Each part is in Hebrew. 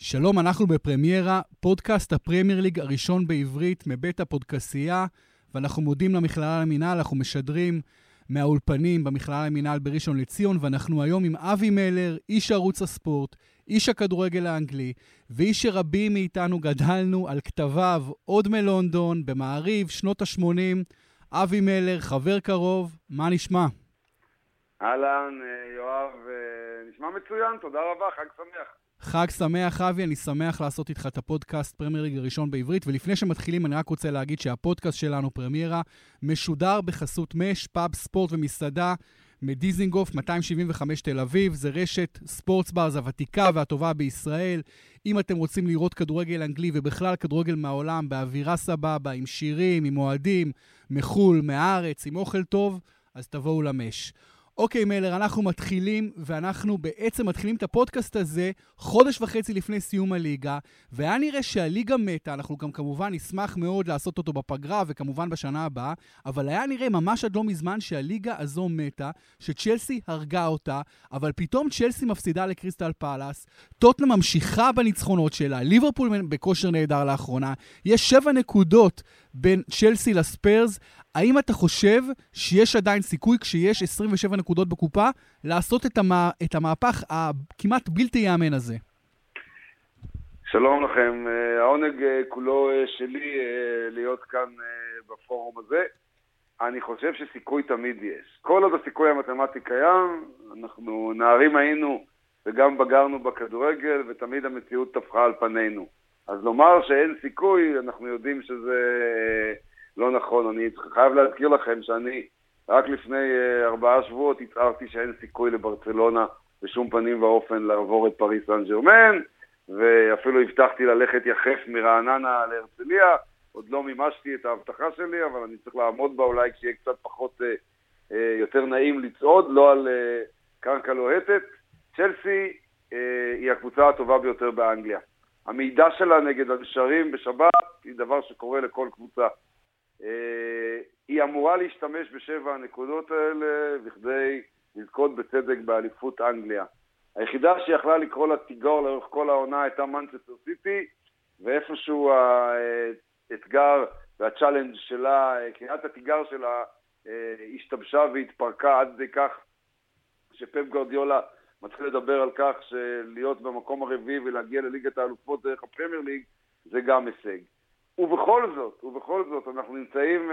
שלום, אנחנו בפרמיירה, פודקאסט הפרמייר ליג הראשון בעברית מבית הפודקסייה, ואנחנו מודים למכללה למינהל, אנחנו משדרים מהאולפנים במכללה למינהל בראשון לציון, ואנחנו היום עם אבי מלר, איש ערוץ הספורט, איש הכדורגל האנגלי, ואיש שרבים מאיתנו גדלנו על כתביו עוד מלונדון, במעריב, שנות ה-80. אבי מלר, חבר קרוב, מה נשמע? אהלן, יואב, נשמע מצוין, תודה רבה, חג שמח. חג שמח, אבי, אני שמח לעשות איתך את הפודקאסט פרמייר ליג הראשון בעברית, ולפני שמתחילים אני רק רוצה להגיד שהפודקאסט שלנו, פרמיירה, משודר בחסות מש, פאב, ספורט ומסעדה, מדיזינגוף 275 תל אביב, זה רשת ספורטס ברז הוותיקה והטובה בישראל. אם אתם רוצים לראות כדורגל אנגלי ובכלל כדורגל מהעולם, באווירה סבבה, עם שירים, עם אוהדים, מחול, מהארץ, עם אוכל טוב, אז תבואו למש. אוקיי, מלר, אנחנו מתחילים, ואנחנו בעצם מתחילים את הפודקאסט הזה חודש וחצי לפני סיום הליגה, והיה נראה שהליגה מתה, אנחנו גם כמובן נשמח מאוד לעשות אותו בפגרה, וכמובן בשנה הבאה, אבל היה נראה ממש עד לא מזמן שהליגה הזו מתה, שצ'לסי הרגה אותה, אבל פתאום צ'לסי מפסידה לקריסטל פלאס, טוטנהאם ממשיכה בניצחונות שלה, ליברפול בכושר נהדר לאחרונה, יש 7 נקודות בין צ'לסי לספרס. האם אתה חושב שיש עדיין סיכוי כשיש 27 נקודות בקופה לעשות את המהפך הכמעט בלתי יאמן הזה? שלום לכם, העונג כולו שלי להיות כאן בפורום הזה. אני חושב שסיכוי תמיד יש. כל עוד הסיכוי המתמטי קיים, אנחנו נערים היינו וגם בגרנו בכדורגל, ותמיד המציאות תפחה על פנינו. אז לומר שאין סיכוי, אנחנו יודעים שזה לא נכון. אני חייב להזכיר לכם שאני רק לפני 4 שבועות הצהרתי שאין סיכוי לברצלונה בשום פנים ואופן לעבור את פריס סן ז'רמן, ואפילו הבטחתי ללכת יחף מרעננה להרצליה. עוד לא מימשתי את ההבטחה שלי, אבל אני צריך לעמוד בה אולי כשיהיה קצת פחות יותר נעים לצעוד, לא על קרקע לוהטת. צ'לסי היא הקבוצה הטובה ביותר באנגליה. המידע שלה נגד הנשרים בשבת היא דבר שקורה לכל קבוצה. היא אמורה להשתמש ב7 הנקודות האלה בכדי לזכות בצדק באליפות אנגליה. היחידה שיכלה לקרוא לה תיגר לאורך כל העונה הייתה מנצ'סטר סיטי, ואיפשהו האתגר והצ'אלנג' שלה, קריאת התיגר שלה, השתבשה והתפרקה עד כדי כך שפפ גוארדיולה מתחיל לדבר על כך שלהיות במקום הרביעי ולהגיע לליגת האלופות דרך הפרמייר ליג זה גם הישג. ובכל זאת אנחנו נמצאים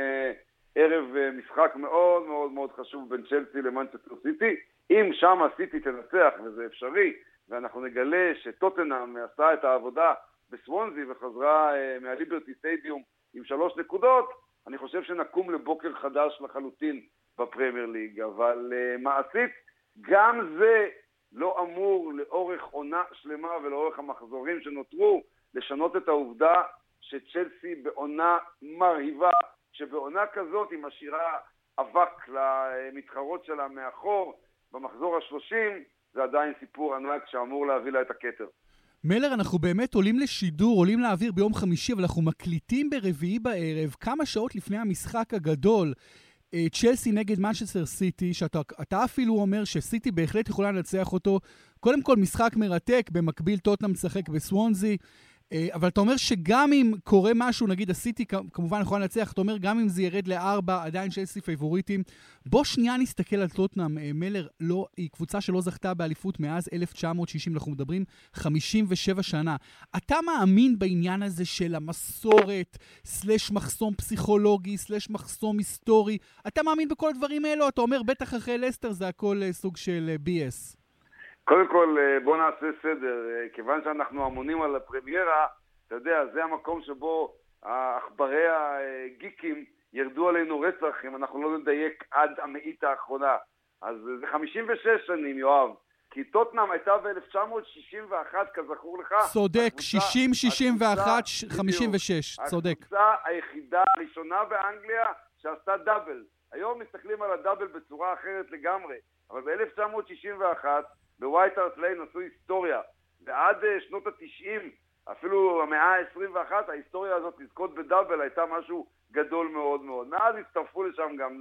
ערב משחק מאוד מאוד מאוד חשוב בין צ'לסי למנצ'סטר סיטי. אם שם סיטי תנצח, וזה אפשרי, ואנחנו נגלה שטוטנהאם עשתה את העבודה בסוונזי וחזרה מהליברטי סטדיום עם 3 נקודות, אני חושב שנקום לבוקר חדש לחלוטין בפרמייר ליג. אבל מעשית גם זה לא אמור לאורך עונה שלמה ולאורך המחזורים שנותרו לשנות את העובדה שצ'לסי בעונה מרהיבה, שבעונה כזאת היא משאירה אבק למתחרות שלה מאחור במחזור ה-30, זה עדיין סיפור ענק שאמור להביא לה את הכתר. מלר, אנחנו באמת עולים לשידור, עולים לאוויר ביום חמישי, אבל אנחנו מקליטים ברביעי בערב, כמה שעות לפני המשחק הגדול, צ'לסי נגד מנצ'סטר סיטי, שאתה אפילו אומר שסיטי בהחלט יכולה לנצח אותו. קודם כל משחק מרתק, במקביל טוטנהאם משחק בסוונזי, אבל אתה אומר שגם אם קורה משהו, נגיד הסיטי כמובן יכולה לנצח, אתה אומר גם אם זה ירד ל4, עדיין צ'לסי פייבוריטים. בוא שנייה נסתכל על טוטנהאם. מלר, היא קבוצה שלא זכתה באליפות מאז 1960, אנחנו מדברים 57 שנה. אתה מאמין בעניין הזה של המסורת, סלש מחסום פסיכולוגי, סלש מחסום היסטורי? אתה מאמין בכל הדברים האלו? אתה אומר בטח אחרי לסטר זה הכל סוג של BS. קודם כל, בוא נעשה סדר. כיוון שאנחנו אמונים על הפרמיירה, אתה יודע, זה המקום שבו האחברי הגיקים ירדו עלינו רצח, אם אנחנו לא נדייק עד המאית האחרונה. אז זה 56 שנים, יואב. כי טוטנהאם הייתה ב-1961, כזכור לך. צודק, 60, 61, 56, צודק. הקבוצה היחידה הראשונה באנגליה שעשתה דאבל. היום מסתכלים על הדאבל בצורה אחרת לגמרי. אבל ב-1961, בווייט הארט ליין עשו היסטוריה, ועד שנות ה-90, אפילו המאה ה-21, ההיסטוריה הזאת לזכות בדאבל הייתה משהו גדול מאוד מאוד. מאז הצטרפו לשם גם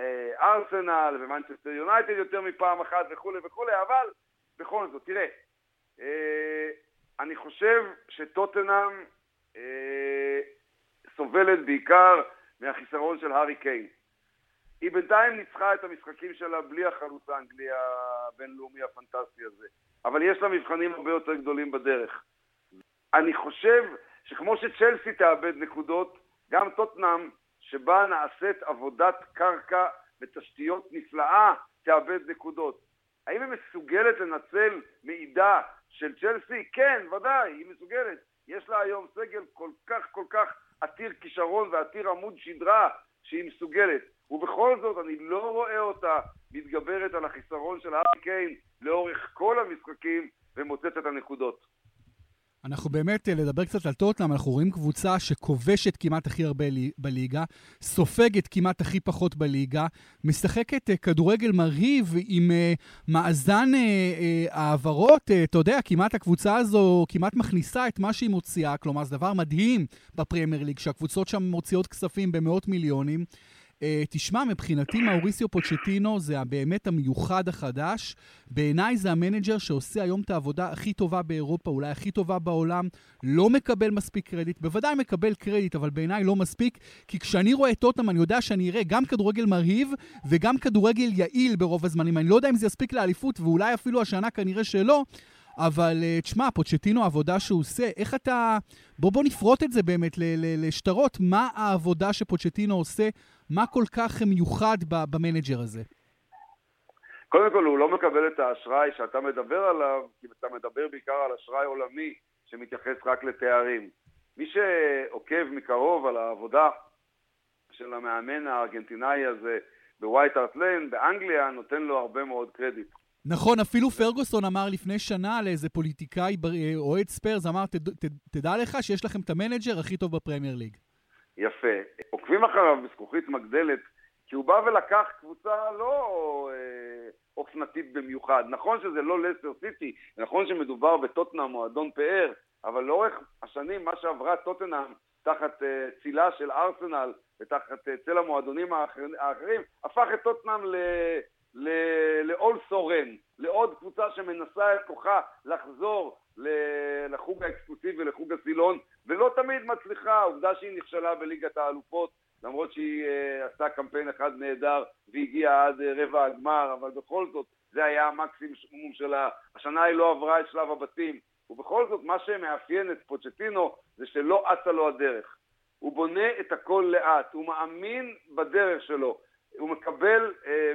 ארסנל ומנצ'סטר יונייטד יותר מפעם אחת וכו' וכו', אבל בכל זאת, תראה, אני חושב שטוטנהאם סובלת בעיקר מהחיסרון של הארי קיין. היא בינתיים ניצחה את המשחקים שלה בלי החלוץ האנגלי הבינלאומי הפנטסטי הזה. אבל יש לה מבחנים הרבה יותר גדולים בדרך. אני חושב שכמו שצ'לסי תאבד נקודות, גם טוטנהאם, שבה נעשית עבודת קרקע ותשתיות נפלאה, תאבד נקודות. האם היא מסוגלת לנצל מידע של צ'לסי? כן, ודאי, היא מסוגלת. יש לה היום סגל כל כך עתיר כישרון ועתיר עמוד שדרה שהיא מסוגלת. ובכל זאת אני לא רואה אותה מתגברת על החיסרון של הארי קיין לאורך כל המשחקים ומוצאת את הנקודות. אנחנו באמת, לדבר קצת על טוטנהאם, אנחנו רואים קבוצה שכובשת כמעט הכי הרבה בליגה, סופגת כמעט הכי פחות בליגה, משחקת כדורגל מרהיב עם מאזן העברות, אתה יודע, כמעט הקבוצה הזו כמעט מכניסה את מה שהיא מוציאה, כלומר זה דבר מדהים בפרמייר ליג, שהקבוצות שם מוציאות כספים במאות מיליונים. תשמע, מבחינתי מאוריסיו פוצ'טינו זה באמת המיוחד החדש. בעיניי זה המנג'ר שעושה היום את העבודה הכי טובה באירופה, אולי הכי טובה בעולם. לא מקבל מספיק קרדיט, בוודאי מקבל קרדיט, אבל בעיניי לא מספיק, כי כשאני רואה את טוטנהאם אני יודע שאני אראה גם כדורגל מרהיב וגם כדורגל יעיל ברוב הזמנים. אני לא יודע אם זה יספיק לאליפות, ואולי אפילו השנה כנראה שלא, אבל תשמע, פוצ'טינו, העבודה שהוא עושה, איך אתה... בוא נפרוט את זה באמת לשטרות, מה העבודה שפוצ'טינו עושה, מה כל כך מיוחד במנג'ר הזה? קודם כל, הוא לא מקבל את האשראי שאתה מדבר עליו, כי אתה מדבר בעיקר על אשראי עולמי שמתייחס רק לתארים. מי שעוקב מקרוב על העבודה של המאמן הארגנטינאי הזה בווייט הארט ליין, באנגליה, נותן לו הרבה מאוד קרדיט. נכון, אפילו פרגוסון אמר לפני שנה לאיזה פוליטיקאי אוהד ספרס, אמר, תדע לך שיש לכם את המנג'ר הכי טוב בפרמייר ליג. יפה. עוקבים אחריו בזכוכית מגדלת, כי הוא בא ולקח קבוצה לא אופנתית במיוחד. נכון שזה לא לסטר סיטי, נכון שמדובר בטוטנהאם מועדון פאר, אבל לאורך השנים מה שעברה טוטנהאם תחת צילה של ארסנל ותחת צל המועדונים האחרים, הפך את טוטנהאם לאול סורן, לעוד קבוצה שמנסה את כוחה לחזור לחוג האקסקלוסיבי ולחוג הסילון, ולא תמיד מצליחה. העובדה שהיא נכשלה בליגת האלופות, למרות שהיא עשתה קמפיין אחד נהדר והגיעה עד רבע הגמר, אבל בכל זאת זה היה המקסימום שלה. השנה היא לא עברה את שלב הבתים, ובכל זאת מה שמאפיין את פוצ'טינו זה שלא אצה לו הדרך. הוא בונה את הכל לאט, הוא מאמין בדרך שלו, הוא מקבל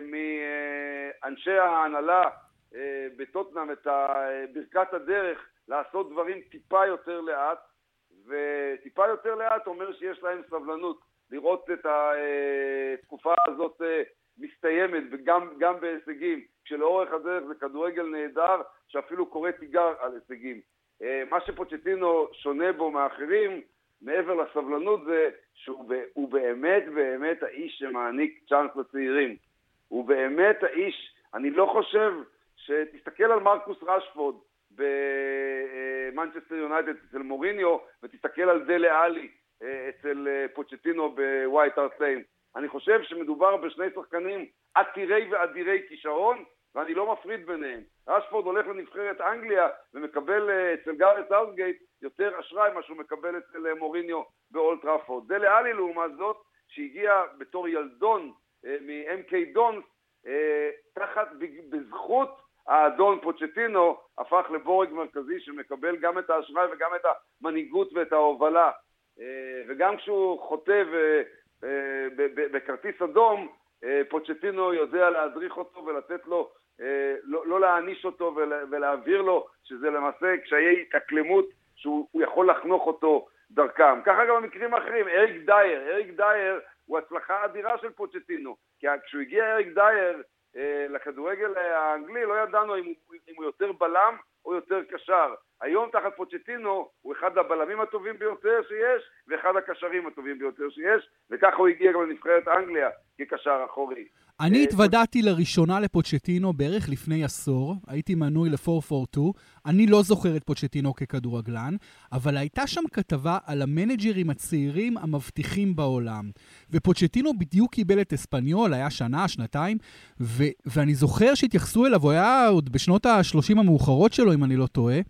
מאנשי ההנהלה בטוטנהאם את ברכת הדרך לעשות דברים טיפה יותר לאט, וטיפה יותר לאט אומר שיש להם סבלנות לראות את התקופה הזאת מסתיימת וגם בהישגים, כשלאורך הדרך זה כדורגל נהדר שאפילו קורא תיגר על הישגים. מה שפוצ'טינו שונה בו מאחרים מעבר לסבלנות זה שהוא באמת האיש שמעניק צ'אנס לצעירים. הוא באמת האיש, אני לא חושב שתסתכל על מרקוס רשפורד במנצ'סטר יונייטד אצל מוריניו, ותסתכל על דלה עלי אצל פוצ'טינו בווייט הארט ליין. אני חושב שמדובר בשני שחקנים עתירי ואדירי כישרון, ואני לא מפריד ביניהם. רשפורד הולך לנבחרת אנגליה ומקבל אצל גארת' סאות'גייט יותר אשראי מה שהוא מקבל אצל מוריניו באולד טראפורד. דלה עלי לעומת זאת, שהגיע בתור ילדון מ-MK דונס, תחת בזכות האדון פוצ'טינו, הפך לבורג מרכזי שמקבל גם את האשראי וגם את המנהיגות ואת ההובלה. וגם כשהוא חוטא בכרטיס אדום, פוצ'טינו יודע להדריך אותו ולתת לו, לא להעניש אותו ולהעביר לו שזה למעשה קשיי התאקלמות שהוא יכול לחנוך אותו דרכם. ככה גם במקרים אחרים. אריק דייר הוא הצלחה אדירה של פוצ'טינו, כי כשהוא הגיע אריק דייר לכדורגל האנגלי לא ידענו אם הוא יותר בלם או יותר קשר. היום תחת פוצ'טינו הוא אחד הבלמים הטובים ביותר שיש ואחד הקשרים הטובים ביותר שיש, וככה הוא הגיע גם לנבחרת אנגליה כקשר אחורי. אני התוודעתי לראשונה לפוצ'טינו בערך לפני עשור, הייתי מנוי ל-442, אני לא זוכר את פוצ'טינו ככדורגלן, אבל הייתה שם כתבה על המנג'רים הצעירים המבטיחים בעולם, ופוצ'טינו בדיוק קיבל את אספניול, היה שנה, שנתיים, ואני זוכר שהתייחסו אליו, הוא היה עוד בשנות ה-30 המאוחרות שלו, אם אני לא טועה,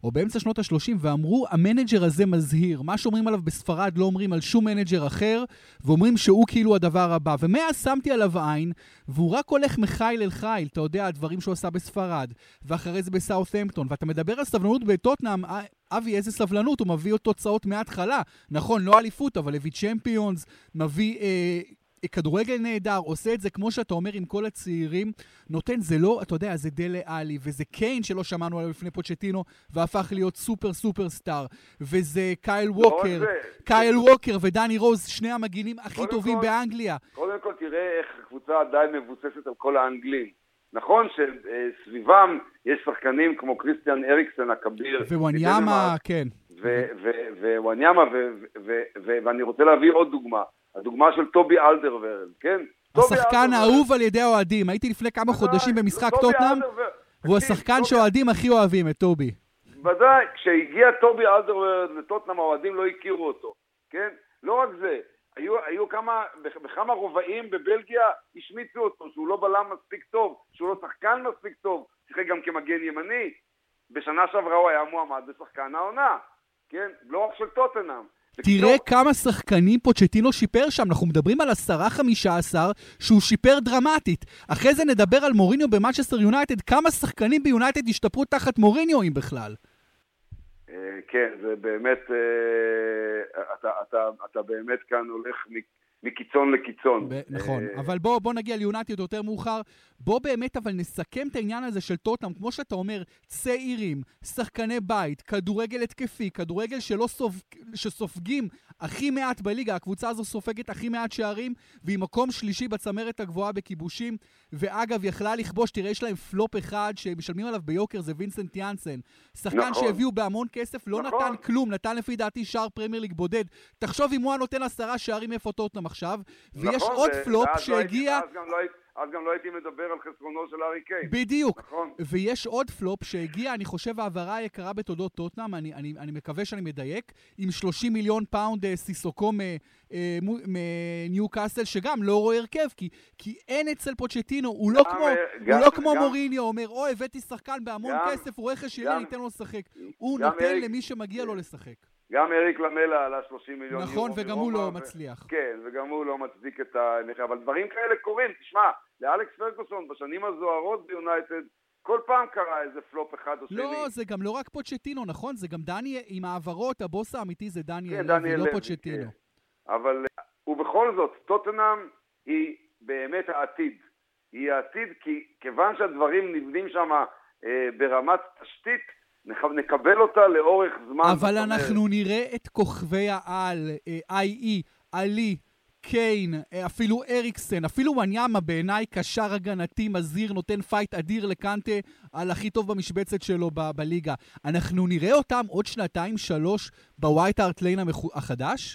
או באמצע שנות ה-30, ואמרו, המנג'ר הזה מזהיר. מה שאומרים עליו בספרד לא אומרים על שום מנג'ר אחר, ואומרים שהוא כאילו הדבר הבא. ומאז שמתי עליו עין, והוא רק הולך מחיל אל חיל, אתה יודע, הדברים שהוא עשה בספרד, ואחרי זה בסאות'המפטון, ואתה מדבר על סבלנות בטוטנהאם, אבי, איזה סבלנות, הוא מביא עוד תוצאות מההתחלה. נכון, לא אליפות, אבל הביא צ'מפיונס, מביא כדורגל נהדר, עושה את זה כמו שאתה אומר עם כל הצעירים, נותן, זה לא, אתה יודע, זה דלה אלי, וזה קיין שלא שמענו עליו לפני פוצ'טינו, והפך להיות סופר סטאר, וזה קייל ווקר ודני רוז, שני המגינים הכי טובים באנגליה. קודם כל תראה איך הקבוצה עדיין מבוססת על כל האנגלים. נכון שסביבם יש שחקנים כמו קריסטיאן אריקסן הכביר. ווואניאמה, כן. ווואניאמה, ואני רוצה להביא עוד דוגמה. הדוגמה של טובי אלדרוורלד, כן? השחקן האהוב על ידי האוהדים. הייתי לפני כמה חודשים במשחק טוטנהאם, והוא השחקן שהאוהדים הכי אוהבים, את טובי. ודאי, כשהגיע טובי אלדרוורלד לטוטנהאם, האוהדים לא הכירו אותו, כן? לא רק זה, היו בכמה רובעים בבלגיה השמיצו אותו, שהוא לא בלם מספיק טוב, שהוא לא שחקן מספיק טוב, שיחק גם כמגן ימני. בשנה שעברה הוא היה מועמד בשחקן העונה, כן? לא רק של טוטנהאם. תראה כמה שחקנים פוצ'טינו שיפר שם, אנחנו מדברים על 10-15 שהוא שיפר דרמטית. אחרי זה נדבר על מוריניו במנצ'סטר יונייטד, כמה שחקנים ביונייטד השתפרו תחת מוריניו אם בכלל. כן, זה באמת, אתה באמת כאן הולך מקיצון לקיצון. נכון, אבל בוא נגיע ליונייטד יותר מאוחר, בוא באמת אבל נסכם את העניין הזה של טוטנהאם, כמו שאתה אומר, צעירים, שחקני בית, כדורגל התקפי, כדורגל שסופגים הכי מעט בליגה, הקבוצה הזו סופגת הכי מעט שערים, והיא מקום שלישי בצמרת הגבוהה בכיבושים, ואגב יכלה לכבוש, תראה יש להם פלופ אחד שמשלמים עליו ביוקר, זה וינסנט יאנסן, שחקן שהביאו בהמון כסף, לא נתן כלום, נתן לפי דעתי שער פרמייר ליג בודד, תחשוב אם הוא נותן 10 שערים איפה טוטנהאם עכשיו, ויש עוד פלופ שהגיע... אז גם לא הייתי מדבר על חסרונו של הארי קיין. בדיוק. נכון. ויש עוד פלופ שהגיע, אני חושב, העברה היקרה בתולדות טוטנהאם, אני מקווה שאני מדייק, עם 30 מיליון פאונד סיסוקו מניוקאסל, שגם לא רואה הרכב, כי אין אצל פוצ'טינו, הוא לא כמו מוריניו, אומר, הבאתי שחקן בהמון כסף, הוא רכש שלי, ניתן לו לשחק. הוא נותן למי שמגיע לו לשחק. גם אריק למלה עלה 30 מיליון יורו. נכון, וגם הוא לא מצליח. כן, וגם הוא לא מצדיק את המחיר. אבל דברים כאלה קורים. תשמע, לאלכס פרגוסון בשנים הזוהרות ביונייטד, כל פעם קרה איזה פלופ אחד או שני. לא, זה גם לא רק פוצ'טינו, נכון? זה גם דני עם העברות, הבוס האמיתי זה דניאל לוי, לא פוצ'טינו. אבל, ובכל זאת, טוטנהאם היא באמת העתיד. היא העתיד כיוון שהדברים נבנים שם ברמת תשתית, נקבל אותה לאורך זמן. אבל אנחנו נראה את כוכבי העל, איי-אי, עלי, קיין, אפילו אריקסן, אפילו וואניאמה בעיניי קשר הגנתי מזהיר, נותן פייט אדיר לקנטה על הכי טוב במשבצת שלו בליגה. אנחנו נראה אותם עוד 2-3 בווייט הארט ליין החדש?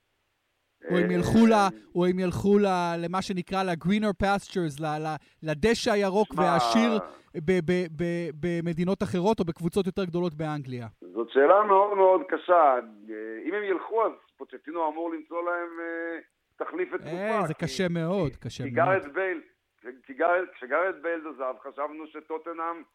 או הם ילכו למה שנקרא ל-greener pastures, לדשא הירוק והעשיר במדינות אחרות או בקבוצות יותר גדולות באנגליה? זאת שאלה מאוד מאוד קשה. אם הם ילכו, אז פוצ'טינו אמור למצוא להם תחליף את תקופה. זה קשה מאוד, קשה מאוד. כשגארד בייל עזב, חשבנו שטוטנהאם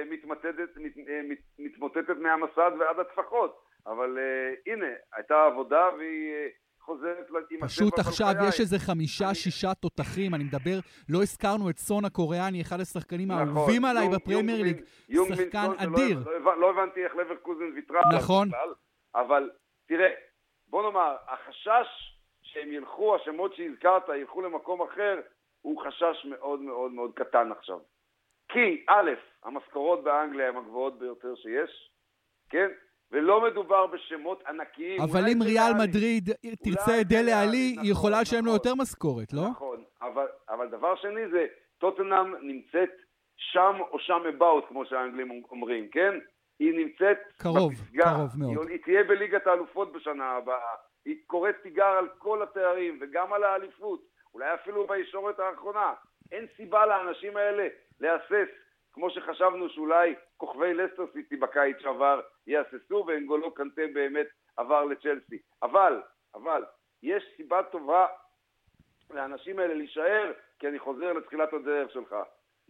מתמוטטת מהמסד ועד הטפחות. אבל הנה, הייתה עבודה והיא... פשוט עכשיו יש איזה 5-6 תותחים, אני מדבר, לא הזכרנו את סון הקוריאני, אחד השחקנים האהובים עליי בפרמייר ליג, שחקן אדיר. לא הבנתי איך לברקוזן ויתרה. נכון. אבל תראה, בוא נאמר, החשש שהם ילכו, השמות שהזכרת, ילכו למקום אחר, הוא חשש מאוד מאוד מאוד קטן עכשיו. כי א', המשכורות באנגליה הן הגבוהות ביותר שיש, כן? ולא מדובר בשמות ענקיים. אבל אם ריאל מדריד תרצה את דלה עלי, היא יכולה לשלם לו יותר משכורת, לא? נכון, אבל דבר שני זה, טוטנהאם נמצאת שם או שם about, כמו שהאנגלים אומרים, כן? היא נמצאת קרוב מאוד. היא תהיה בליגת האלופות בשנה הבאה, היא קוראת תיגר על כל התארים וגם על האליפות, אולי אפילו בישורת האחרונה. אין סיבה לאנשים האלה להסס. כמו שחשבנו שאולי כוכבי לסטר סיטי בקיץ שעבר יאססו, ואנגולו קנטה באמת עבר לצ'לסי. אבל, יש סיבה טובה לאנשים האלה להישאר, כי אני חוזר לתחילת הדרך שלך.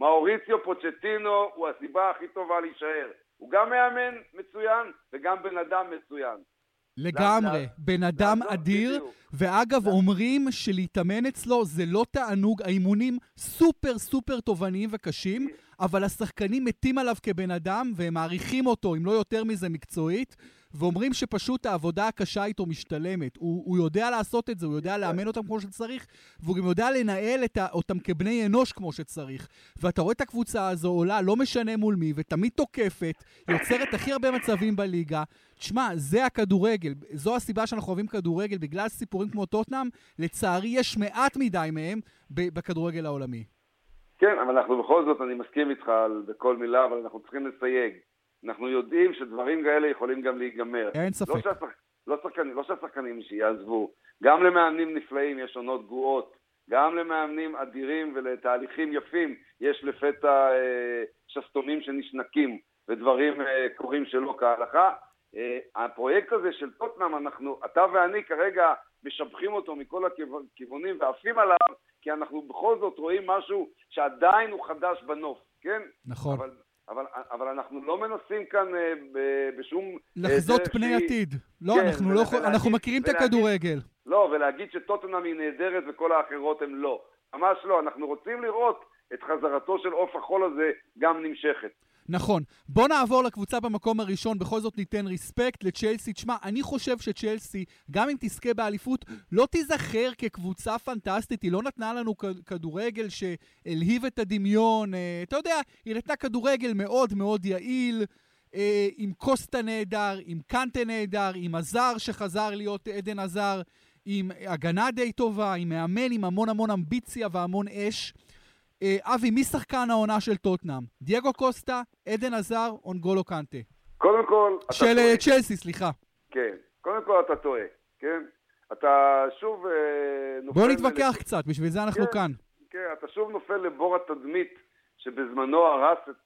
מאוריציו פוצ'טינו הוא הסיבה הכי טובה להישאר. הוא גם מאמן מצוין וגם בן אדם מצוין. לגמרי, בן אדם אדיר, ואגב אומרים שלהתאמן אצלו זה לא תענוג, האימונים סופר סופר תובעניים וקשים, אבל השחקנים מתים עליו כבן אדם והם מעריכים אותו, אם לא יותר מזה מקצועית, ואומרים שפשוט העבודה הקשה איתו משתלמת. הוא יודע לעשות את זה, הוא יודע לאמן אותם כמו שצריך, והוא גם יודע לנהל אותם כבני אנוש כמו שצריך. ואתה רואה את הקבוצה הזו עולה, לא משנה מול מי, ותמיד תוקפת, יוצרת הכי הרבה מצבים בליגה. תשמע, זה הכדורגל. זו הסיבה שאנחנו אוהבים כדורגל, בגלל סיפורים כמו טוטנהאם, לצערי יש מעט מדי מהם בכדורגל העולמי. כן, אבל אנחנו בכל זאת, אני מסכים איתך בכל מילה, אבל אנחנו צריכים לסייג. אנחנו יודעים שדברים כאלה יכולים גם להיגמר. אין ספק. לא שהשחקנים שיעזבו. גם למאמנים נפלאים יש עונות גרועות. גם למאמנים אדירים ולתהליכים יפים יש לפתע שסתומים שנשנקים ודברים קורים שלא כהלכה. הפרויקט הזה של טוטנהאם, אתה ואני כרגע משבחים אותו מכל הכיוונים ועפים עליו, כי אנחנו בכל זאת רואים משהו שעדיין הוא חדש בנוף, כן? נכון. אבל אנחנו לא מנסים כאן בשום... לחזות פני עתיד. לא, כן, אנחנו מכירים את הכדורגל. לא, ולהגיד שטוטנהאם היא נהדרת וכל האחרות הן לא. ממש לא, אנחנו רוצים לראות את חזרתו של עוף החול הזה גם נמשכת. נכון. בוא נעבור לקבוצה במקום הראשון, בכל זאת ניתן ריספקט לצ'לסי. תשמע, אני חושב שצ'לסי, גם אם תזכה באליפות, לא תיזכר כקבוצה פנטסטית. היא לא נתנה לנו כדורגל שהלהיב את הדמיון. אתה יודע, היא נתנה כדורגל מאוד מאוד יעיל, עם קוסטה נהדר, עם קנטה נהדר, עם הזר שחזר להיות עדן הזר, עם הגנה די טובה, עם מאמן, עם המון המון אמביציה והמון אש. אבי, מי שחקן העונה של טוטנהאם? דייגו קוסטה, עדן הזר, אונגולו קנטה. קודם כל... של צ'לסי, סליחה. כן. קודם כל אתה טועה, כן? אתה שוב נופל... בוא נתווכח קצת, בשביל זה אנחנו כאן. כן, אתה שוב נופל לבור התדמית שבזמנו הרס את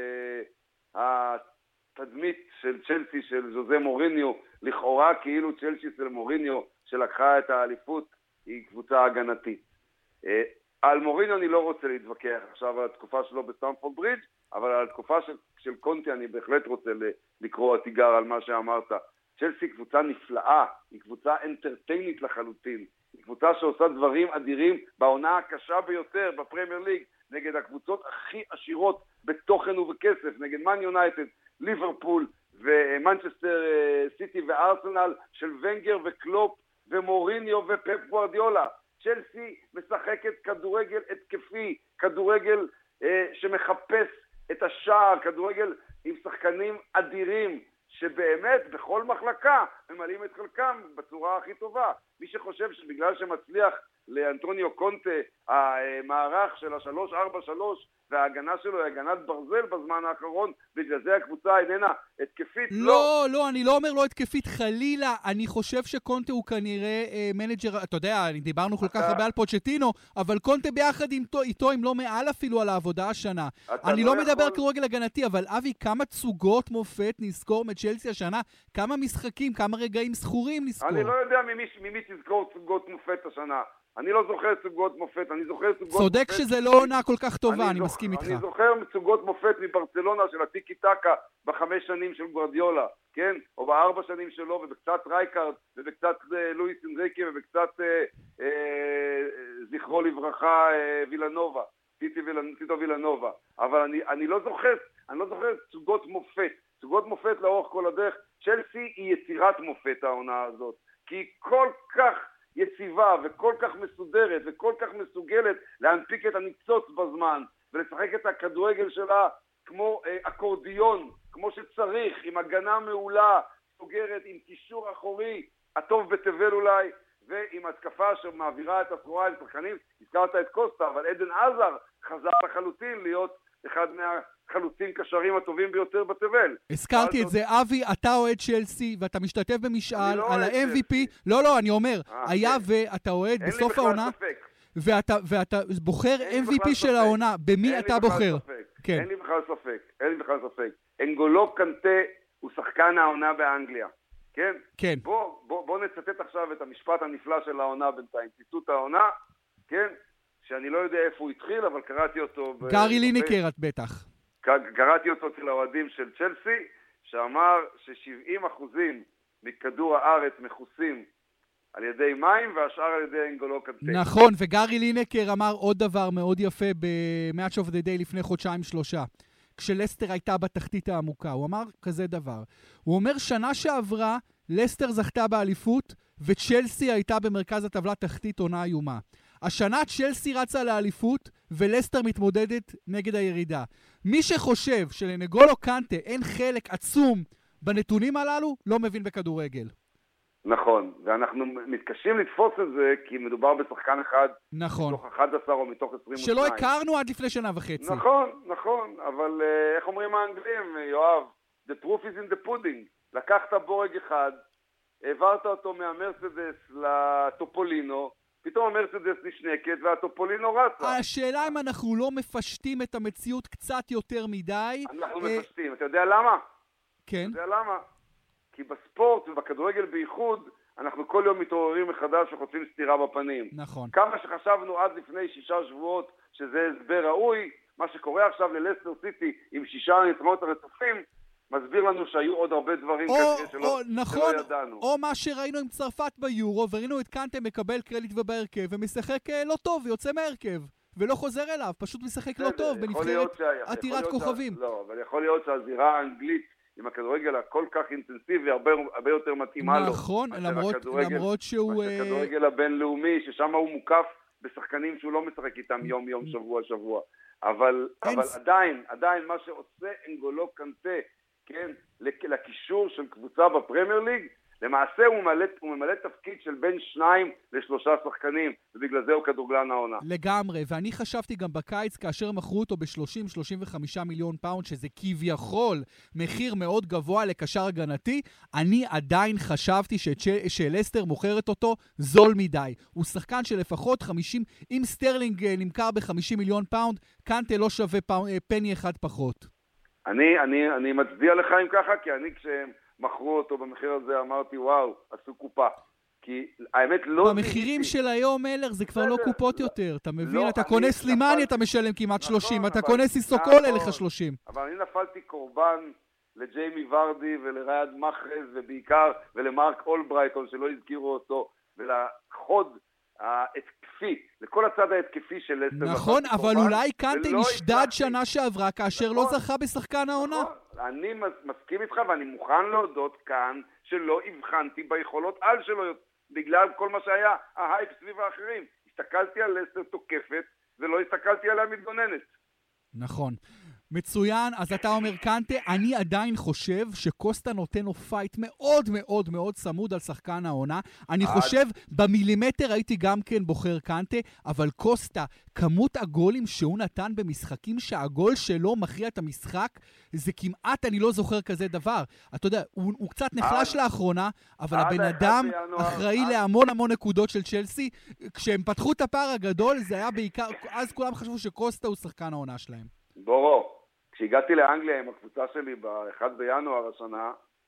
התדמית של צ'לסי, של ז'וזה מוריניו, לכאורה כאילו צ'לסי של מוריניו, שלקחה את האליפות, היא קבוצה הגנתית. על מוריניו אני לא רוצה להתווכח עכשיו על התקופה שלו בסטמפורד ברידג', אבל על התקופה של קונטי אני בהחלט רוצה לקרוא תיגר על מה שאמרת. צ'לסי קבוצה נפלאה, היא קבוצה אנטרטיינית לחלוטין, היא קבוצה שעושה דברים אדירים בעונה הקשה ביותר בפרמייר ליג, נגד הקבוצות הכי עשירות בתוכן ובכסף, נגד מן יונייטד, ליברפול ומנצ'סטר סיטי וארסנל של ונגר וקלופ ומוריניו ופפ גוארדיולה. צ'לסי משחקת כדורגל התקפי, כדורגל שמחפש את השער, כדורגל עם שחקנים אדירים, שבאמת בכל מחלקה ממלאים את חלקם בצורה הכי טובה. מי שחושב שבגלל שמצליח לאנטוניו קונטה המערך של ה-3-4-3 וההגנה שלו היא הגנת ברזל בזמן האחרון, בגלל זה הקבוצה איננה התקפית. לא, אני לא אומר לא התקפית חלילה, אני חושב שקונטה הוא כנראה מנג'ר, אתה יודע, דיברנו כל כך הרבה על פוצ'טינו, אבל קונטה ביחד איתו, אם לא מעל אפילו על העבודה השנה. אני לא מדבר כרגל הגנתי, אבל אבי, כמה תסוגות מופת נזכור מצ'לסי השנה, כמה משחקים, כמה רגעים זכורים נזכור. אני לא יודע ממי תזכור תסוגות מופת השנה. אני לא זוכר סוגות מופת, אני זוכר סוגות מופת... צודק שזה לא עונה כל כך טובה, אני מסכים איתך. אני זוכר סוגות מופת מברצלונה של הטיקי טקה ב5 שנים של גוארדיולה, כן? או ב4 שנים שלו, ובקצת רייקארד, ובקצת לואיס אנריקי, ובקצת זכרו לברכה וילנובה, טיטו וילנובה. אבל אני לא זוכר סוגות מופת. סוגות מופת לאורך כל הדרך. צ'לסי היא יצירת מופת העונה הזאת, כי היא כל כך יציבה וכל כך מסודרת וכל כך מסוגלת להנפיק את הניצוץ בזמן ולשחק את הכדורגל שלה כמו אקורדיון, כמו שצריך, עם הגנה מעולה, סוגרת, עם קישור אחורי, הטוב בתבל אולי, ועם התקפה שמעבירה את הסחורה אל שחקנים. הזכרת את קוסטה, אבל עדן עזר חזר לחלוטין להיות אחד מהחלוצים קשרים הטובים ביותר בתבל. הזכרתי את זה, אבי, אתה אוהד צ'לסי, ואתה משתתף במשאל על ה-MVP. לא, אני אומר, היה ואתה אוהד בסוף העונה, ואתה בוחר MVP של העונה, במי אתה בוחר? אין לי בכלל ספק. אנגולו קנטה הוא שחקן העונה באנגליה. כן? כן. בוא נצטט עכשיו את המשפט הנפלא של העונה בינתיים, ציטוט העונה, כן? שאני לא יודע איפה הוא התחיל, אבל קראתי אותו... גארי לינקר את בטח. קראתי אותו אצל האוהדים של צ'לסי, שאמר ש70% מכדור הארץ מכוסים על ידי מים, והשאר על ידי אנגולו קנטה. נכון, וגארי לינקר אמר עוד דבר מאוד יפה ב-Match of the Day לפני חודשיים-שלושה, כשלסטר הייתה בתחתית העמוקה. הוא אמר כזה דבר. הוא אומר, שנה שעברה, לסטר זכתה באליפות, וצ'לסי הייתה במרכז הטבלה תחתית עונה איומה. השנה צ'לסי רצה לאליפות, ולסטר מתמודדת נגד הירידה. מי שחושב שלנגולו קנטה אין חלק עצום בנתונים הללו, לא מבין בכדורגל. נכון, ואנחנו מתקשים לתפוס את זה, כי מדובר בשחקן אחד, נכון. מתוך 11 או מתוך 22. שלא הכרנו עד לפני שנה וחצי. נכון, אבל איך אומרים האנגלים, יואב? The proof is in the pudding. לקחת בורג אחד, העברת אותו מהמרצדס לטופולינו, פתאום המרצדס נשנקת והטופולינו רצה. השאלה אם אנחנו לא מפשטים את המציאות קצת יותר מדי. אנחנו מפשטים, אתה יודע למה? כן. אתה יודע למה? כי בספורט ובכדורגל בייחוד, אנחנו כל יום מתעוררים מחדש וחוצים סתירה בפנים. נכון. כמה שחשבנו עד לפני 6 שבועות שזה הסבר ראוי, מה שקורה עכשיו ללסטר סיטי עם 6 ניצחונות הרצופים, מסביר לנו שהיו עוד הרבה דברים כנראה שלא ידענו. או מה שראינו עם צרפת ביורו, וראינו את קנטה מקבל קרדיט ובהרכב, ומשחק לא טוב ויוצא מהרכב, ולא חוזר אליו, פשוט משחק לא טוב, בנבחרת עתירת כוכבים. לא, אבל יכול להיות שהזירה האנגלית עם הכדורגל הכל כך אינטנסיבי, הרבה יותר מתאימה לו. נכון, למרות שהוא... הכדורגל הבינלאומי, ששם הוא מוקף בשחקנים שהוא לא משחק איתם יום, שבוע. אבל עדיין מה שעושה אנגולו קנטה, כן, לקישור של קבוצה בפרמייר ליג, למעשה הוא ממלא תפקיד של בין 2 ל3 שחקנים, ובגלל זה הוא כדורגלן העונה. לגמרי, ואני חשבתי גם בקיץ, כאשר מכרו אותו ב-30-35 מיליון פאונד, שזה כביכול מחיר מאוד גבוה לקשר הגנתי, אני עדיין חשבתי שלסטר מוכרת אותו זול מדי. הוא שחקן שלפחות 50, אם סטרלינג נמכר ב-50 מיליון פאונד, קנטה לא שווה פני אחד פחות. אני מצדיע לך עם ככה, כי אני כשהם מכרו אותו במחיר הזה אמרתי וואו, עשו קופה. כי האמת לא... במחירים של היום מלר זה כבר לא קופות יותר, אתה מבין? אתה קונה סלימני אתה משלם כמעט 30, אתה קונה סיסוקול אליך 30. אבל אני נפלתי קורבן לג'יימי ורדי ולריאד מחרז ובעיקר ולמרק אולברייטון שלא הזכירו אותו, ולחוד ההתקפי, לכל הצד ההתקפי של לסטר. נכון, אבל אולי קנטה נשדד שנה שעברה כאשר לא זכה בשחקן העונה. אני מסכים איתך ואני מוכן להודות כאן שלא הבחנתי ביכולות על שלו בגלל כל מה שהיה ההייפ סביב האחרים. הסתכלתי על לסטר תוקפת ולא הסתכלתי עליה מתגוננת. נכון. מצוין, אז אתה אומר קנטה, אני עדיין חושב שקוסטה נותן לו פייט מאוד מאוד מאוד צמוד על שחקן העונה. אני חושב במילימטר הייתי גם כן בוחר קנטה, אבל קוסטה, כמות הגולים שהוא נתן במשחקים שהגול שלו מכריע את המשחק, זה כמעט אני לא זוכר כזה דבר. אתה יודע, הוא קצת נחלש לאחרונה, אבל הבן אדם אחראי להמון נקודות של צ'לסי. כשהם פתחו את הפער הגדול, זה היה בעיקר, אז כולם חשבו שקוסטה הוא שחקן העונה שלהם. בורו. כשהגעתי לאנגליה עם הקבוצה שלי ב-1 בינואר השנה,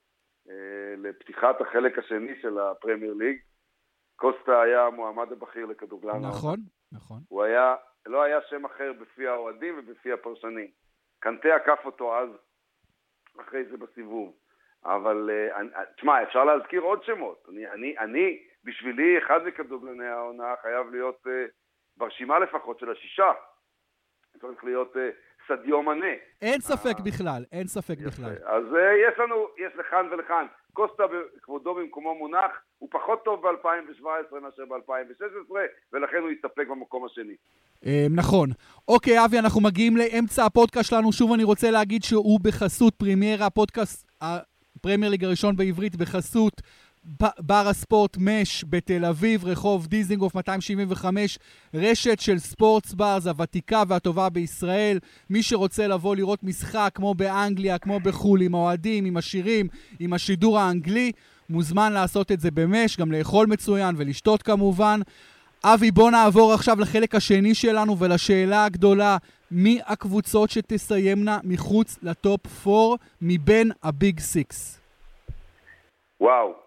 לפתיחת החלק השני של הפרמייר ליג, קוסטה היה המועמד הבכיר לכדורגלן. נכון. הוא לא היה שם אחר בפי האוהדים ובפי הפרשנים. קנטה עקף אותו אז, אחרי זה בסיבוב. אבל, תשמע, אפשר להזכיר עוד שמות. אני בשבילי, אחד מכדורגלני העונה חייב להיות ברשימה לפחות של 6. צריך להיות סדיו מנה. אין ספק בכלל. אז יש לכאן ולכאן. קוסטה כבודו במקומו מונח, הוא פחות טוב ב-2017 מאשר ב-2016, ולכן הוא יסתפק במקום השני. נכון. אוקיי, אבי, אנחנו מגיעים לאמצע הפודקאסט שלנו. שוב אני רוצה להגיד שהוא בחסות פרימיירה, הפודקאסט הפרמייר ליג הראשון בעברית בחסות בר הספורט מש בתל אביב, רחוב דיזינגוף 275, רשת של ספורטס ברס הוותיקה והטובה בישראל. מי שרוצה לבוא לראות משחק כמו באנגליה, כמו בחול, עם האוהדים, עם השירים, עם השידור האנגלי, מוזמן לעשות את זה במש, גם לאכול מצוין ולשתות כמובן. אבי, בוא נעבור עכשיו לחלק השני שלנו ולשאלה הגדולה, מי הקבוצות שתסיימנה מחוץ לטופ 4 מבין הביג 6? וואו.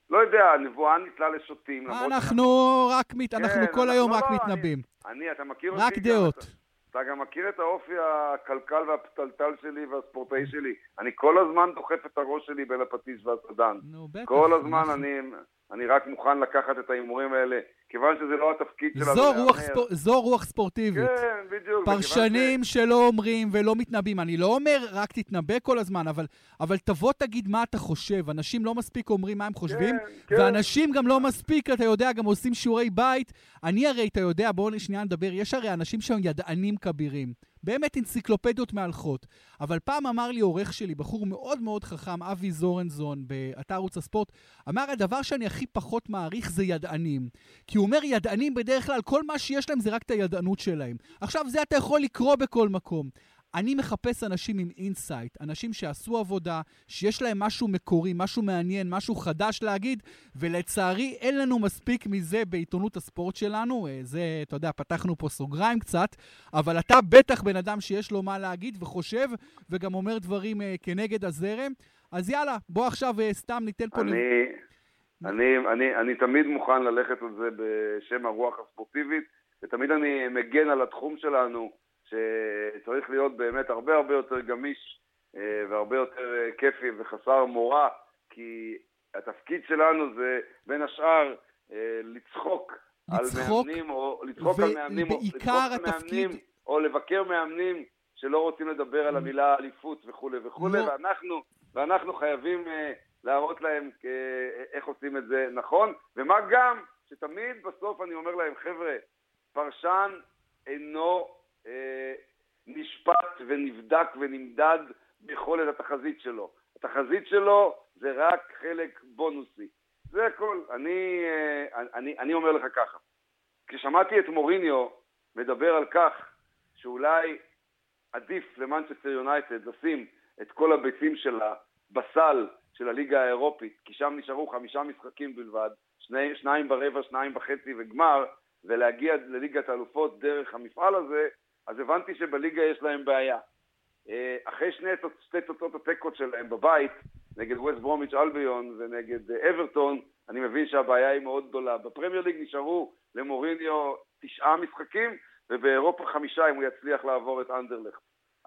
לא יודע, הנבואה ניתלה לשוטים. אנחנו כל היום רק מתנבאים. אתה מכיר אותי. רק דעות. אתה גם מכיר את האופי הכלכל והפתלתל שלי והספורטאי שלי. אני כל הזמן דוחף את הראש שלי בין הפטיש והסדן. כל הזמן אני רק מוכן לקחת את האימורים האלה, כיוון שזה לא התפקיד שלנו. זו רוח ספורטיבית. כן, בדיוק. פרשנים שלא אומרים ולא מתנבאים. אני לא אומר רק תתנבא כל הזמן, אבל תבוא תגיד מה אתה חושב. אנשים לא מספיק אומרים מה הם חושבים, ואנשים גם לא מספיק, אתה יודע, גם עושים שיעורי בית. אני הרי, אתה יודע, בואו שנייה נדבר, יש הרי אנשים שהם ידענים כבירים. באמת אנציקלופדיות מהלכות. אבל פעם אמר לי עורך שלי, בחור מאוד מאוד חכם, אבי זורנזון, באתר ערוץ הספורט, אמר, הדבר שאני הכי פחות מעריך זה ידענים. כי הוא אומר, ידענים בדרך כלל, כל מה שיש להם זה רק את הידענות שלהם. עכשיו זה אתה יכול לקרוא בכל מקום. אני מחפש אנשים עם אינסייט, אנשים שעשו עבודה, שיש להם משהו מקורי, משהו מעניין, משהו חדש להגיד, ולצערי אין לנו מספיק מזה בעיתונות הספורט שלנו, זה, אתה יודע, פתחנו פה סוגריים קצת, אבל אתה בטח בן אדם שיש לו מה להגיד וחושב, וגם אומר דברים כנגד הזרם, אז יאללה, בוא עכשיו סתם ניתן פה... אני תמיד מוכן ללכת על זה בשם הרוח הספורטיבית, ותמיד אני מגן על התחום שלנו, שצריך להיות באמת הרבה הרבה יותר גמיש והרבה יותר כיפי וחסר מורא, כי התפקיד שלנו זה בין השאר לצחוק על מאמנים או לצחוק על מאמנים או לבקר מאמנים שלא רוצים לדבר על המילה אליפות וכו' וכו', ואנחנו חייבים להראות להם איך עושים את זה נכון, ומה גם שתמיד בסוף אני אומר להם, חבר'ה, פרשן אינו נשפט ונבדק ונמדד ביכולת התחזית שלו. התחזית שלו זה רק חלק בונוסי. זה הכל. אני אומר לך ככה. כששמעתי את מוריניו מדבר על כך שאולי עדיף למנצ'סטר יונייטד לשים את כל הביצים שלה בסל של הליגה האירופית, כי שם נשארו 5 משחקים בלבד, 2 ברבע, 2 וחצי וגמר, ולהגיע לליגת האלופות דרך המפעל הזה, אז הבנתי שבליגה יש להם בעיה. אחרי שתי תוצאות התיקות שלהם בבית, נגד ווסט ברומיץ' אלביון ונגד אברטון, אני מבין שהבעיה היא מאוד גדולה. בפרמייר ליג נשארו למוריניו 9 משחקים, ובאירופה 5 אם הוא יצליח לעבור את אנדרלכט.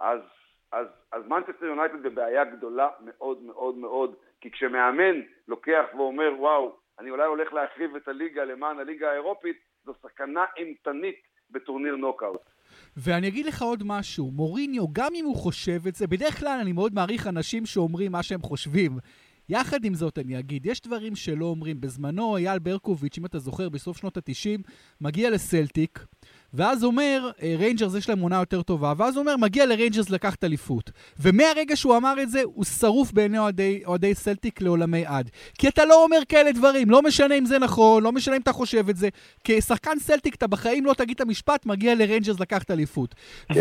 אז מנצ'סטר יונייטד בבעיה גדולה מאוד מאוד מאוד, כי כשמאמן לוקח ואומר, וואו, אני אולי הולך להחריב את הליגה למען הליגה האירופית, זו סכנה אימתנית בטורניר נוקאוט. ואני אגיד לך עוד משהו, מוריניו, גם אם הוא חושב את זה, בדרך כלל אני מאוד מעריך אנשים שאומרים מה שהם חושבים. יחד עם זאת אני אגיד, יש דברים שלא אומרים. בזמנו אייל ברקוביץ', אם אתה זוכר, בסוף שנות ה-90, מגיע לסלטיק, ואז אומר, ריינג'רס יש להם עונה יותר טובה, ואז אומר, מגיע לריינג'רס לקחת אליפות. ומהרגע שהוא אמר את זה, הוא שרוף בעיני אוהדי סלטיק לעולמי עד. כי אתה לא אומר כאלה דברים, לא משנה אם זה נכון, לא משנה אם אתה חושב את זה. כשחקן סלטיק, אתה בחיים לא תגיד את המשפט, מגיע לריינג'רס לקחת אליפות.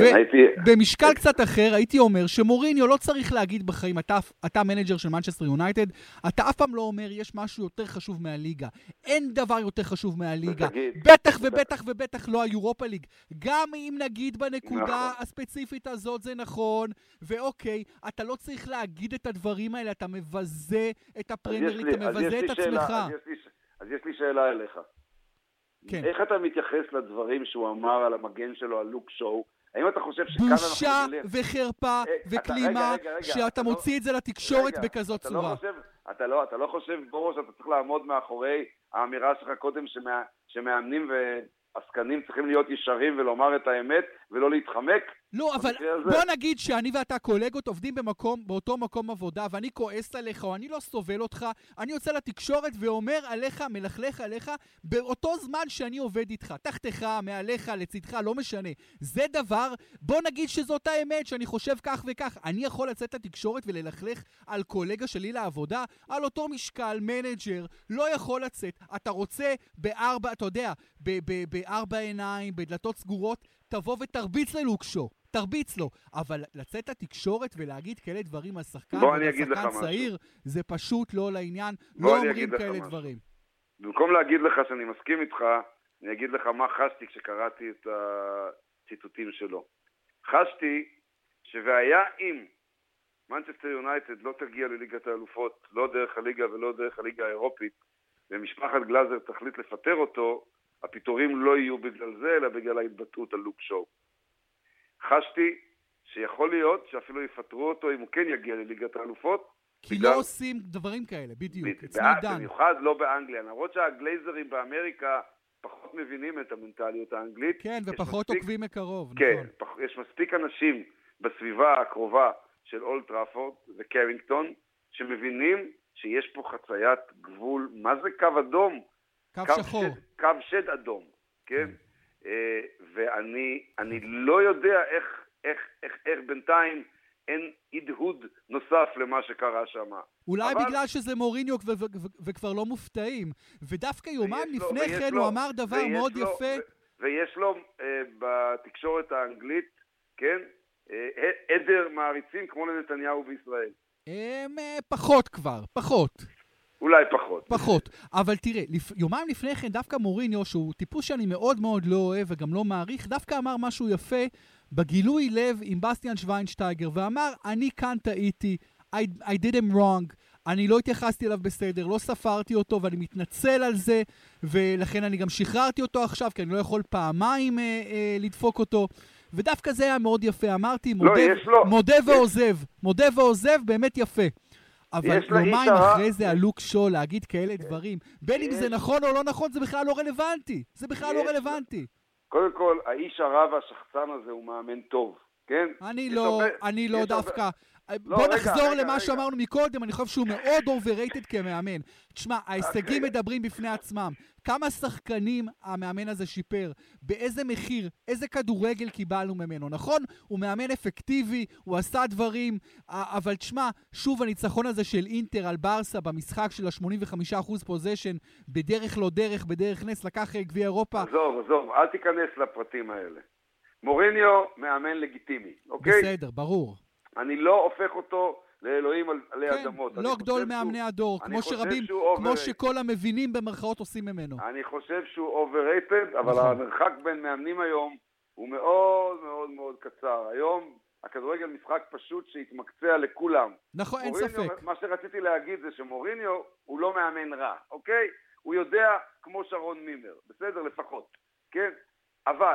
ובמשקל קצת אחר, הייתי אומר שמוריניו לא צריך להגיד בחיים, אתה מנג'ר של מנצ'סטר יונייטד, אתה אף פעם לא אומר, יש משהו יותר חשוב מהליגה. אין דבר יותר חשוב מהליגה. בטח ובטח ובטח לא היורופ ליג. גם אם נגיד בנקודה הספציפית הזאת זה נכון, ואוקיי, אתה לא צריך להגיד את הדברים האלה, אתה מבזה את הפרמייר ליג, אתה מבזה את עצמך. אז יש לי שאלה אליך. כן. איך אתה מתייחס לדברים שהוא אמר על המגן שלו, על לוק שואו? האם אתה חושב שכאן בושה וחרפה וכלימה שאתה מוציא את זה לתקשורת בכזאת צורה? אתה לא חושב, בורו, שאתה צריך לעמוד מאחורי האמירה שלך קודם שמאמנים עסקנים צריכים להיות ישרים ולומר את האמת ולא להתחמק? לא, אבל בוא נגיד שאני ואתה קולגות עובדים באותו מקום עבודה, ואני כועס עליך או אני לא סובל אותך, אני יוצא לתקשורת ואומר עליך, מלכלך עליך, באותו זמן שאני עובד איתך, תחתך, מעליך, לצדך, לא משנה. זה דבר, בוא נגיד שזאת האמת, שאני חושב כך וכך. אני יכול לצאת לתקשורת וללכלך על קולגה שלי לעבודה, על אותו משקל, מנג'ר, לא יכול לצאת. אתה רוצה אתה יודע, בארבע עיניים, בדלתות סגורות, תבוא ותרביץ ללוקשו. תרביץ לו, אבל לצאת התקשורת ולהגיד כאלה דברים על שחקן ושחקן צעיר, זה פשוט לא לעניין, לא אומרים כאלה דברים. במקום להגיד לך שאני מסכים איתך, אני אגיד לך מה חשתי כשקראתי את הציטוטים שלו. חשתי שהיה אם מנצ'סטר יונייטד לא תגיע לליגת האלופות, לא דרך הליגה ולא דרך הליגה האירופית, ומשפחת גלאזר תחליט לפטר אותו, הפיטורים לא יהיו בגלל זה, אלא בגלל ההתבטאות על לוק שואו. חשתי שיכול להיות שאפילו יפטרו אותו אם הוא כן יגיע לליגת האלופות. כי לא עושים דברים כאלה, בדיוק. במיוחד לא באנגליה. למרות שהגלייזרים באמריקה פחות מבינים את המנטליות האנגלית. כן, ופחות עוקבים מקרוב. כן, יש מספיק אנשים בסביבה הקרובה של אולד טראפורד וקרינגטון, שמבינים שיש פה חציית גבול. מה זה קו אדום? קו שחור. קו שד אדום, כן? ואני לא יודע איך בינתיים אין הדהוד נוסף למה שקרה שם. אולי בגלל שזה מוריניו וכבר לא מופתעים. ודווקא יומיים לפני כן הוא אמר דבר מאוד יפה. ויש לו בתקשורת האנגלית, כן? עדר מעריצים כמו לנתניהו בישראל. פחות כבר, פחות. אולי פחות. פחות. אבל תראה, יומיים לפני כן דווקא מוריניו, שהוא טיפוס שאני מאוד מאוד לא אוהב וגם לא מעריך, דווקא אמר משהו יפה בגילוי לב עם בסטיאן שוויינשטייגר, ואמר, אני כאן טעיתי, I did him wrong, אני לא התייחסתי אליו בסדר, לא ספרתי אותו ואני מתנצל על זה, ולכן אני גם שחררתי אותו עכשיו, כי אני לא יכול פעמיים לדפוק אותו, ודווקא זה היה מאוד יפה, אמרתי, מודה ועוזב, מודה ועוזב, באמת יפה. אבל יומיים אחרי זה הלוק שואו להגיד כאלה דברים, בין אם זה נכון או לא נכון, זה בכלל לא רלוונטי. זה בכלל לא רלוונטי. קודם כל, האיש הרע והשחצן הזה הוא מאמן טוב, כן? אני לא דווקא. בוא נחזור למה שאמרנו מקודם, אני חושב שהוא מאוד overrated כמאמן. תשמע, ההישגים מדברים בפני עצמם. כמה שחקנים המאמן הזה שיפר, באיזה מחיר, איזה כדורגל קיבלנו ממנו, נכון? הוא מאמן אפקטיבי, הוא עשה דברים, אבל תשמע, שוב הניצחון הזה של אינטר על ברסה במשחק של ה-85% פוזיישן, בדרך לא דרך, בדרך נס, לקח גביע אירופה. עזוב, אל תיכנס לפרטים האלה. מוריניו מאמן לגיטימי, אוקיי? בסדר, ברור. אני לא הופך אותו לאלוהים עלי אדמות. לא גדול מאמני הדור, כמו שכל המבינים במרכאות עושים ממנו. אני חושב שהוא overrated, אבל המרחק בין מאמנים היום הוא מאוד מאוד מאוד קצר. היום הכדורגל משחק פשוט שהתמקצע לכולם. נכון, אין ספק. מה שרציתי להגיד זה שמוריניו הוא לא מאמן רע, אוקיי? הוא יודע כמו שרון מימר, בסדר? לפחות, כן? אבל,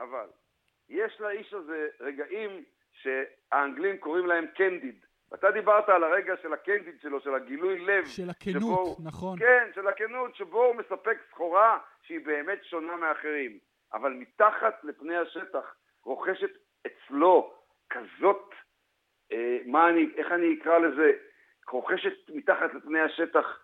יש לאיש הזה רגעים שהאנגלים קוראים להם קנדיד. ואתה דיברת על הרגע של הקנדיד שלו, של הגילוי לב. של הכנות, נכון. כן, של הכנות, שבו הוא מספק סחורה שהיא באמת שונה מאחרים. אבל מתחת לפני השטח רוכשת אצלו כזאת, איך אני אקרא לזה? רוכשת מתחת לפני השטח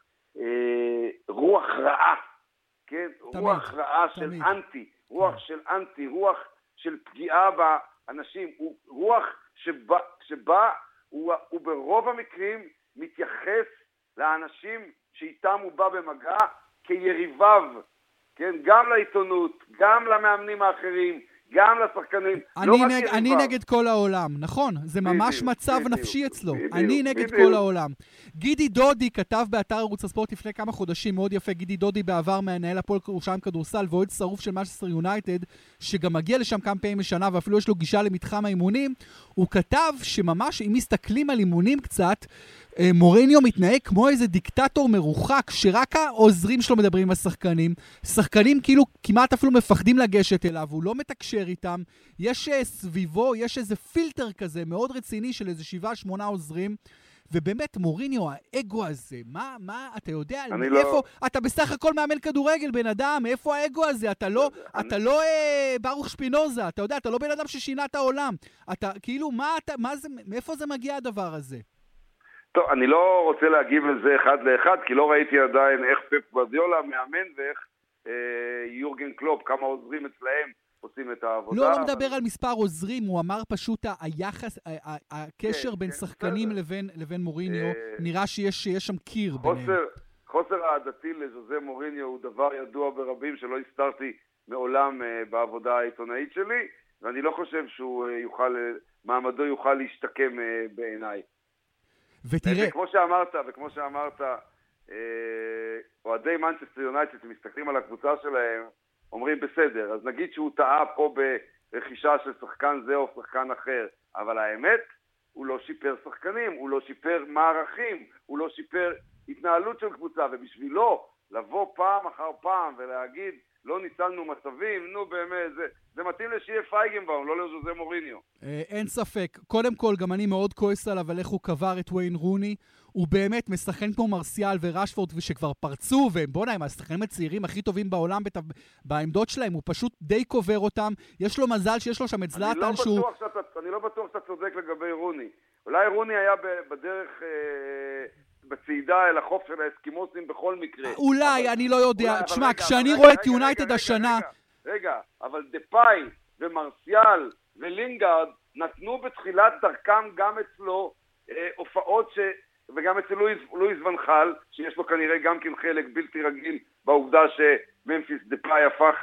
רוח רעה. כן? תמיד, רוח רעה תמיד. של אנטי. רוח של אנטי, רוח של פגיעה באנשים. הוא רוח שבה הוא ברוב המקרים מתייחס לאנשים שאיתם הוא בא במגע כיריביו, כן? גם לעיתונות, גם למאמנים האחרים, גם לשחקנים. אני נגד כל העולם, נכון? זה ממש מצב נפשי אצלו. אני נגד כל העולם. גידי דודי כתב באתר ערוץ הספורט לפני כמה חודשים, מאוד יפה, גידי דודי בעבר מנהל הפועל ירושלים כדורסל ואוהד שרוף של מנצ'סטר יונייטד, שגם מגיע לשם כמה פעמים בשנה ואפילו יש לו גישה למתחם האימונים, הוא כתב שממש אם מסתכלים על אימונים קצת, מוריניו מתנהג כמו איזה דיקטטור מרוחק, שרק העוזרים שלו מדברים עם השחקנים, שחקנים כאילו כמעט אפילו מפחדים לגשת אליו, הוא לא מתקשר איתם, יש סביבו, יש איזה פילטר כזה מאוד רציני של איזה 7-8 עוזרים, ובאמת מוריניו, האגו הזה, מה, אתה יודע, איפה, אתה בסך הכל מאמן כדורגל, בן אדם, איפה האגו הזה? אתה לא ברוך שפינוזה, אתה יודע, אתה לא בן אדם ששינה את העולם, אתה, כאילו, מאיפה זה מגיע הדבר הזה? טוב, אני לא רוצה להגיב על זה אחד לאחד, כי לא ראיתי עדיין איך פפ גוארדיולה מאמן ואיך יורגן קלופ, כמה עוזרים אצלהם עושים את העבודה. לא מדבר על מספר עוזרים, הוא אמר פשוט היחס, הקשר בין שחקנים לבין מוריניו, נראה שיש שם קיר ביניהם. חוסר העדתי לז'וזה מוריניו הוא דבר ידוע ברבים שלא הסתרתי מעולם בעבודה העיתונאית שלי, ואני לא חושב שהוא מעמדו יוכל להשתקם בעיניי. ותראה... וכמו שאמרת, אוהדי מנצ'סטר יונייטד שמסתכלים על הקבוצה שלהם, אומרים בסדר, אז נגיד שהוא טעה פה ברכישה של שחקן זה או שחקן אחר, אבל האמת הוא לא שיפר שחקנים, הוא לא שיפר מערכים, הוא לא שיפר התנהלות של קבוצה, ובשבילו לבוא פעם אחר פעם ולהגיד, לא ניצלנו מצבים, נו באמת, זה מתאים לשיהיה פייגנבאום, לא לז'וזה מוריניו. אין ספק. קודם כל, גם אני מאוד כועס עליו על איך הוא קבר את וויין רוני. הוא באמת משחקן כמו מרסיאל ורשפורד, ושכבר פרצו, ובוא'נה, הם השחקנים הצעירים הכי טובים בעולם בעמדות שלהם, הוא פשוט די קובר אותם. יש לו מזל שיש לו שם את זלאטן שהוא... אני לא בטוח שאתה צודק לגבי רוני. אולי רוני היה בדרך... בצעידה אל החוף של האסקימוסים בכל מקרה. אולי, אני לא יודע. תשמע, כשאני רואה את יונייטד השנה... רגע, אבל דפאי ומרסיאל ולינגארד נתנו בתחילת דרכם גם אצלו הופעות וגם אצל לואיס ונחל, שיש לו כנראה גם כן חלק בלתי רגיל בעובדה שממפיס דפאי הפך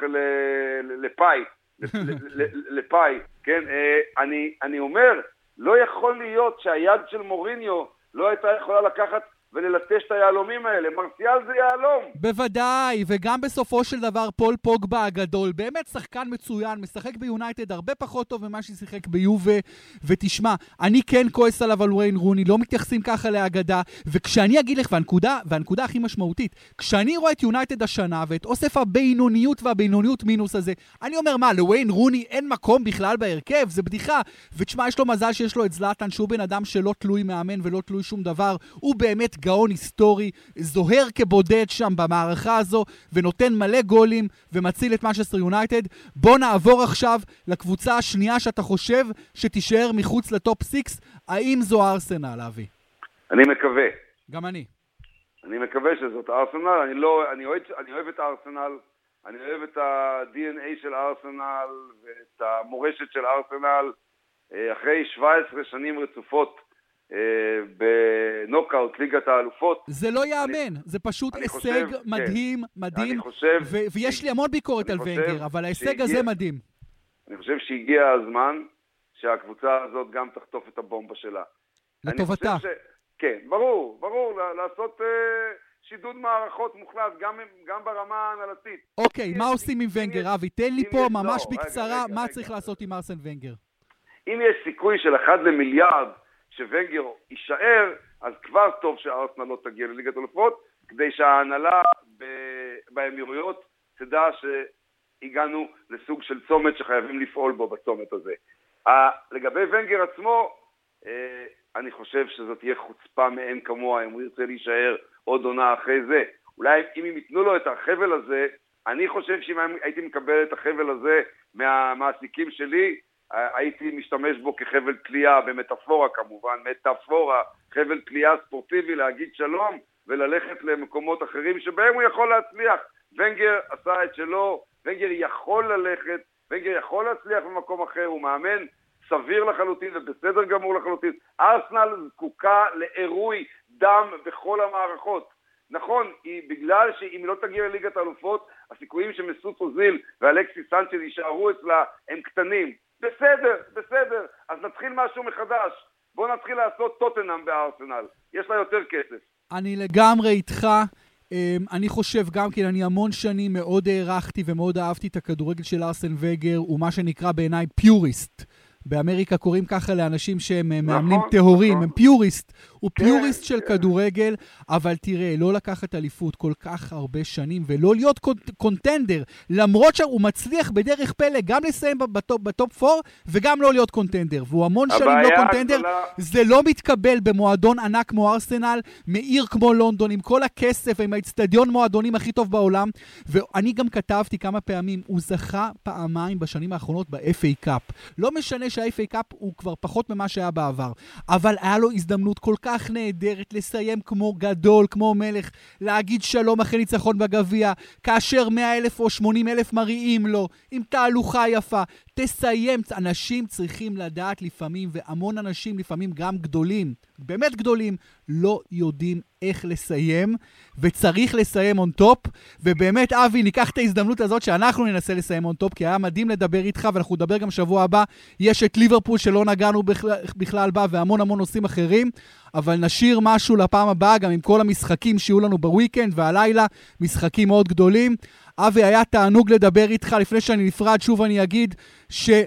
לפאי, כן? אני אומר, לא יכול להיות שהיד של מוריניו לא הייתה יכולה לקחת וללטש את היעלומים האלה. מרסיאל זה יעלום. בוודאי, וגם בסופו של דבר פול פוגבה הגדול, באמת שחקן מצוין, משחק ביונייטד הרבה פחות טוב ממה ששיחק ביובה, ותשמע, אני כן כועס עליו על וויין רוני, לא מתייחסים ככה להגדה, וכשאני אגיד לך, והנקודה הכי משמעותית, כשאני רואה את יונייטד השנה, ואת אוסף הבינוניות והבינוניות מינוס הזה, אני אומר, מה, לוויין רוני אין מקום בכלל בהרכב? זה בדיחה. ותשמע, יש לו מזל שיש לו את זלאטן, שהוא בן אדם שלא תלוי מאמן ולא תלוי שום דבר, הוא באמת גאון היסטורי, זוהר כבודד שם במערכה הזו, ונותן מלא גולים, ומציל את מנצ'סטר יונייטד. בוא נעבור עכשיו לקבוצה השנייה שאתה חושב שתישאר מחוץ לטופ 6. האם זו ארסנל, אבי? אני מקווה. גם אני. אני מקווה שזאת ארסנל. אני אוהב את ארסנל, אני אוהב את ה-DNA של ארסנל, ואת המורשת של ארסנל, אחרי 17 שנים רצופות, בנוקאוט ליגת האלופות. זה לא יאמן, זה פשוט הישג מדהים, מדהים, ויש לי המון ביקורת על ונגר, אבל ההישג הזה מדהים. אני חושב שהגיע הזמן שהקבוצה הזאת גם תחטוף את הבומבה שלה. לטובתה. כן, ברור, לעשות שידוד מערכות מוחלט, גם ברמה ההנהלתית. אוקיי, מה עושים עם ונגר, אבי? תן לי פה ממש בקצרה מה צריך לעשות עם ארסן ונגר. אם יש סיכוי של 1 למיליארד שוונגר יישאר, אז כבר טוב שארסנל לא תגיע לליגת האלופות, כדי שההנהלה באמירויות תדע שהגענו לסוג של צומת שחייבים לפעול בו בצומת הזה. לגבי ונגר עצמו, אני חושב שזאת תהיה חוצפה מאין כמוה אם הוא ירצה להישאר עוד עונה אחרי זה. אולי אם הם ייתנו לו את החבל הזה, אני חושב שאם הייתי מקבל את החבל הזה מהמעסיקים שלי, הייתי משתמש בו כחבל קליעה, במטאפורה כמובן, מטאפורה, חבל קליעה ספורטיבי, להגיד שלום וללכת למקומות אחרים שבהם הוא יכול להצליח. ונגר עשה את שלו, ונגר יכול ללכת, ונגר יכול להצליח במקום אחר, הוא מאמן סביר לחלוטין ובסדר גמור לחלוטין. ארסנל זקוקה לאירוי דם בכל המערכות. נכון, בגלל שאם לא תגיע לליגת האלופות, הסיכויים שמסות אוזיל ואלכסיס סנצ'ז יישארו אצלה הם קטנים. בסדר, אז נתחיל משהו מחדש. בוא נתחיל לעשות טוטנהאם בארסנל. יש לה יותר כסף. אני לגמרי איתך. אני חושב גם כן, אני המון שנים מאוד הערכתי ומאוד אהבתי את הכדורגל של ארסן ונגר, הוא מה שנקרא בעיניי פיוריסט. באמריקה קוראים ככה לאנשים שהם מאמנים טהורים, הם פיוריסט. הוא פיוריסט של כדורגל, אבל תראה, לא לקחת אליפות כל כך הרבה שנים, ולא להיות קונטנדר, למרות שהוא מצליח בדרך פלא גם לסיים בטופ 4, וגם לא להיות קונטנדר. והוא המון שנים לא קונטנדר, זה לא מתקבל במועדון ענק כמו ארסנל, מעיר כמו לונדון, עם כל הכסף, עם האצטדיון מועדונים הכי טוב בעולם, ואני גם כתבתי כמה פעמים, הוא זכה פעמיים בשנים האחרונות ב-FA קאפ. לא משנה שה-FA קאפ הוא כבר פחות ממה שהיה בעבר, אבל היה לו הזדמנות כל כך נהדרת לסיים כמו גדול, כמו מלך, להגיד שלום אחרי ניצחון בגביע, כאשר 100,000 או 80,000 מריעים לו, עם תהלוכה יפה. תסיים, אנשים צריכים לדעת לפעמים, והמון אנשים לפעמים גם גדולים, באמת גדולים, לא יודעים איך לסיים, וצריך לסיים on top, ובאמת אבי, ניקח את ההזדמנות הזאת שאנחנו ננסה לסיים on top, כי היה מדהים לדבר איתך, ואנחנו נדבר גם שבוע הבא, יש את ליברפול שלא נגענו בכלל בה, והמון המון נושאים אחרים, אבל נשאיר משהו לפעם הבאה, גם עם כל המשחקים שיהיו לנו בוויקנד, והלילה, משחקים מאוד גדולים. אבי, היה תענוג לדבר איתך, לפני שאני נפרד, שוב אני אגיד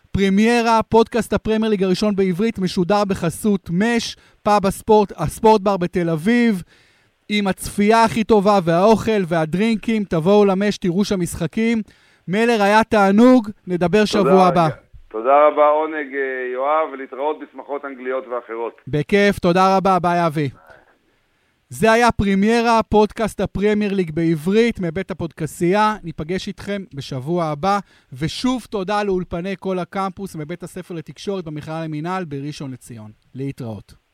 פרמיירה, פודקאסט הפרמייר ליג הראשון בעברית, משודר בחסות מש, פאב הספורט בר בתל אביב, עם הצפייה הכי טובה והאוכל והדרינקים. תבואו למש, תראו שם משחקים. מלר, היה תענוג, נדבר שבוע הבא. תודה רבה, עונג יואב, ולהתראות בשמחות אנגליות ואחרות. בכיף, תודה רבה, ביי אבי. זה היה פרמיירה, פודקאסט הפרמייר ליג בעברית, מבית הפודקסייה. ניפגש איתכם בשבוע הבא, ושוב תודה לאולפני כל הקמפוס מבית הספר לתקשורת במכללה למינהל בראשון לציון. להתראות.